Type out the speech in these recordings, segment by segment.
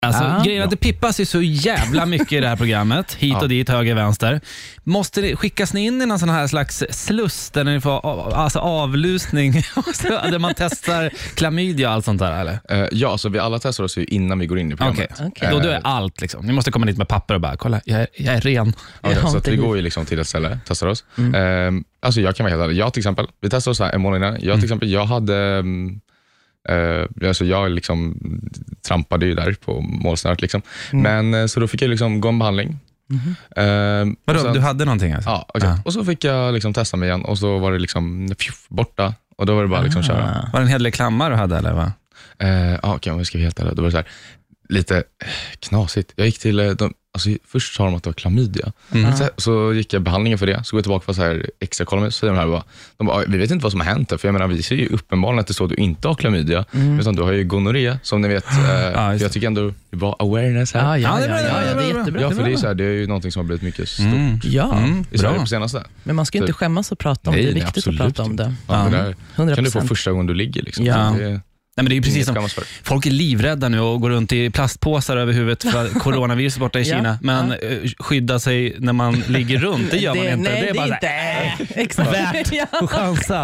Alltså, grejen att det pippas ju så jävla mycket i det här programmet. Hit och dit, höger, vänster. Måste det skickas ni in i någon sån här slags sluss där ni får alltså avlusning där man testar klamydia och allt sånt där, eller? Ja, så vi alla testar oss ju innan vi går in i programmet. Okay. Då är allt liksom. Ni måste komma dit med papper och bara, kolla, jag är ren. Så att vi går ju liksom till ett ställe, testar oss. Alltså jag kan vara helt ärlig. Jag till exempel, vi testade oss här en månad innan. Jag till exempel, jag hade... alltså jag liksom trampade ju där på målsnöret liksom. Men så då fick jag liksom gå en behandling. Vadå, sen, du hade någonting alltså? Ja, okay. Och så fick jag liksom testa mig igen. Och så var det liksom borta. Och då var det bara liksom köra. Var det en hel del klammar du hade eller vad? Ja, okej, om jag ska vara helt ärlig. Då var det så här, lite knasigt. Jag gick till alltså, först sa de att det var klamydia. Så gick jag behandlingen för det. Så går jag tillbaka på så här extra kolumn. Så säger de bara, vi vet inte vad som har hänt där. För jag menar, vi ser ju uppenbarligen att det står att du inte har klamydia. Utan du har ju gonorré, som ni vet. För jag tycker ändå det var awareness här. Ja, det är jättebra. Ja, för det är så här, det är ju någonting som har blivit mycket stort i Sverige på senaste. Men man ska ju inte skämmas och prata om det. Det är viktigt att prata om det. Ja, det där 100%. kan du få första gången du ligger liksom. Ja. Nej, men det är ju precis som folk är livrädda nu och går runt i plastpåsar över huvudet för att coronavirus är borta i Kina, men skydda sig när man ligger runt, det gör man inte. Nej, det är bara exakt värt att chansa.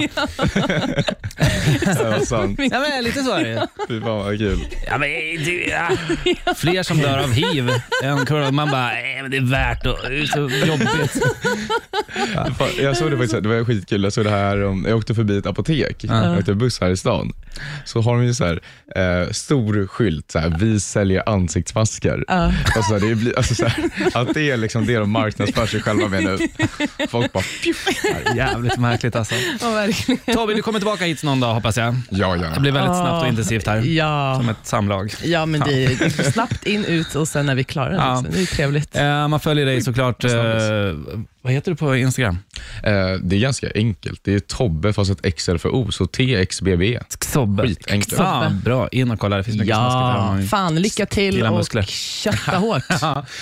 Ja, men lite så är det. Fy fan vad kul. Ja, men fler som dör av hiv än corona. Man bara, men det är värt och det är så jobbigt. Jag såg det faktiskt, det var skitkul. Jag såg det här, jag åkte förbi ett apotek. Jag åkte buss här i stan. Så har de ju så här stor skylt så här, vi säljer ansiktsmasker. Och så här, det blir alltså så här, att det är liksom det de marknadsför sig själva med nu. Folk bara jävligt märkligt alltså. Verkligen. Toby, du kommer tillbaka hit någon dag hoppas jag. Ja. Det blir väldigt snabbt och intensivt här. Som ett samlag. Ja, men det är snabbt in, ut och sen när vi klarar det. Liksom. Det är trevligt. Man följer dig såklart. Vad heter du på Instagram? Det är ganska enkelt. Det är Tobbe fast ett XL för O, så TXBB. Skitenkelt. Bra, in och kolla. Det finns mycket smaskigt här. Fan, lycka till och kötta hårt.